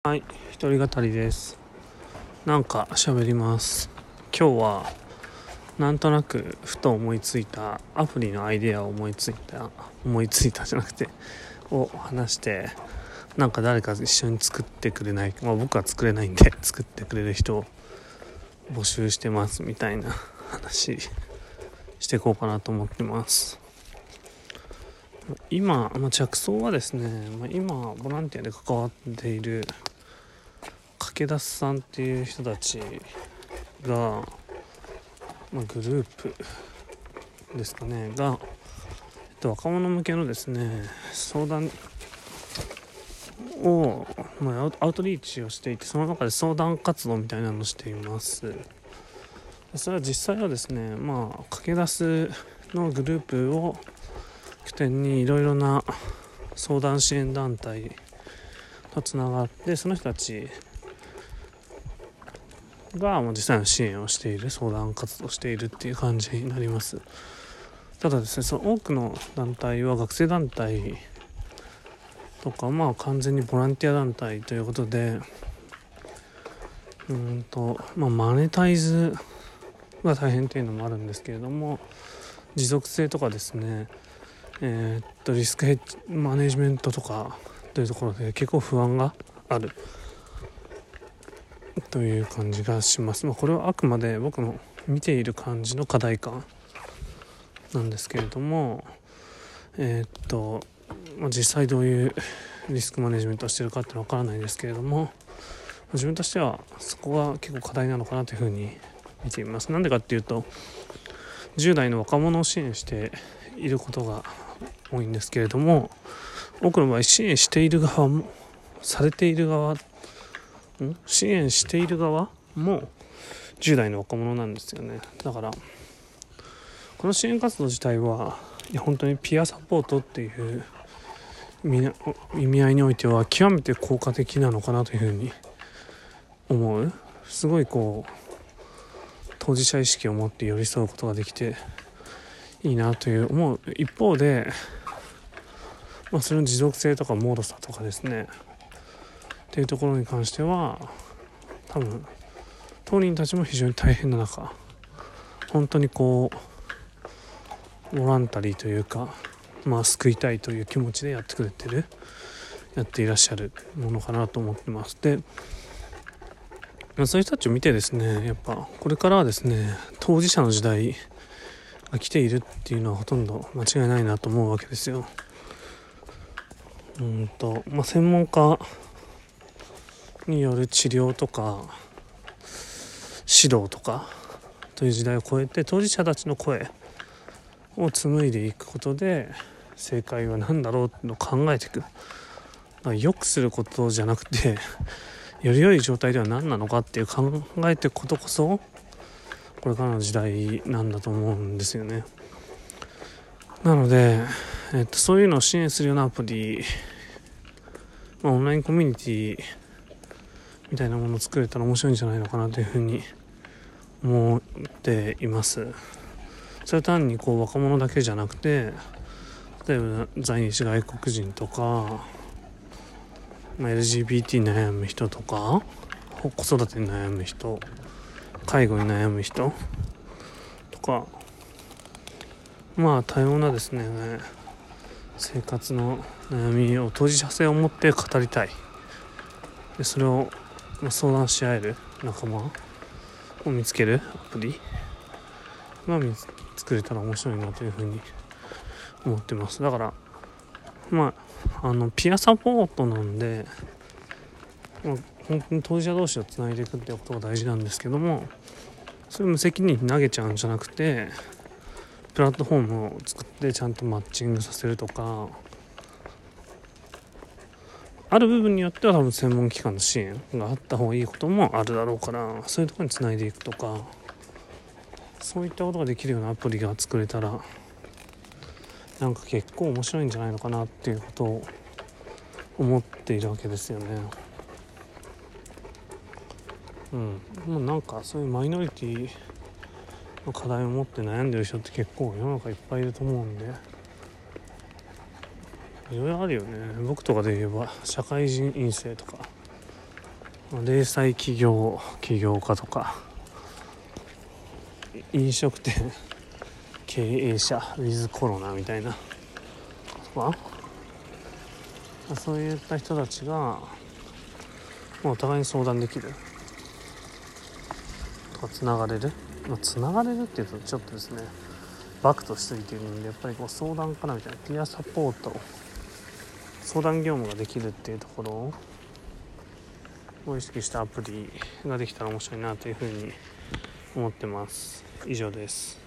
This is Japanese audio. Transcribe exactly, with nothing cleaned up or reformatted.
はい、一人語りです。なんか喋ります。今日はなんとなくふと思いついたアプリのアイデアを思いついた思いついたじゃなくてを話して、なんか誰か一緒に作ってくれない、まあ、僕は作れないんで作ってくれる人を募集してますみたいな話していこうかなと思ってます。今、まあ、着想はですね、まあ、今ボランティアで関わっている駆け出しさんっていう人たちが、まあ、グループですかねが、えっと、若者向けのですね相談を、まあ、アウトリーチをしていて、その中で相談活動みたいなのをしています。それは実際はですね、まあ、駆け出すのグループを拠点にいろいろな相談支援団体とつながって、その人たちが実際の支援をしている、相談活動をしているっていう感じになります。ただですね、その多くの団体は学生団体とか、まあ完全にボランティア団体ということで、うんとまあマネタイズが大変っていうのもあるんですけれども、持続性とかですね、えー、っとリスクヘッジマネジメントとかというところで結構不安があるという感じがします。まあ、これはあくまで僕の見ている感じの課題感なんですけれども、えー、っと、まあ、実際どういうリスクマネジメントをしているかっていうのは分からないですけれども、自分としてはそこが結構課題なのかなというふうに見ています。なんでかっていうと、じゅう代の若者を支援していることが多いんですけれども、多くの場合支援している側もされている側支援している側もじゅう代の若者なんですよね。だからこの支援活動自体はいや本当にピアサポートっていう意味合いにおいては極めて効果的なのかなというふうに思う。すごいこう当事者意識を持って寄り添うことができていいなという思う一方で、まあ、その持続性とかモードさとかですねっていうところに関しては、多分当人たちも非常に大変な中、本当にこうボランタリーというか、まあ救いたいという気持ちでやってくれてるやっていらっしゃるものかなと思ってます。で、そういう人たちを見てですね、やっぱこれからはですね当事者の時代が来ているっていうのはほとんど間違いないなと思うわけですよ。うんと、まあ、専門家による治療とか指導とかという時代を超えて、当事者たちの声を紡いでいくことで正解は何だろうっていうのを考えていく。良くすることじゃなくてより良い状態では何なのかっていう考えていくことこそこれからの時代なんだと思うんですよね。なので、えっと、そういうのを支援するようなアプリ、まあ、オンラインコミュニティみたいなものを作れたら面白いんじゃないのかなというふうに思っています。それは単にこう若者だけじゃなくて、例えば在日外国人とか、まあ、エルジービーティー に悩む人とか、子育てに悩む人、介護に悩む人とか、まあ多様なですね生活の悩みを当事者性を持って語りたい。でそれを相談し合える仲間を見つけるアプリが作れたら面白いなというふうに思ってます。だからまああのピアサポートなんで、まあ、本当に当事者同士をつないでいくっていうことが大事なんですけども、それを無責任に投げちゃうんじゃなくて、プラットフォームを作ってちゃんとマッチングさせるとか、ある部分によっては多分専門機関の支援があった方がいいこともあるだろうから、そういうところにつないでいくとか、そういったことができるようなアプリが作れたらなんか結構面白いんじゃないのかなっていうことを思っているわけですよね。うん、もうなんかそういうマイノリティの課題を持って悩んでる人って結構世の中いっぱいいると思うんで、いろいろあるよね。僕とかで言えば社会人院生とか零細企業起業家とか飲食店経営者ウィズコロナみたいなとか、そういった人たちがお互いに相談できるとかつながれる、まあ、つながれるっていうとちょっとですねバクとしすぎているので、やっぱりこう相談かなみたいな、ピアサポート相談業務ができるっていうところを意識したアプリができたら面白いなというふうに思ってます。以上です。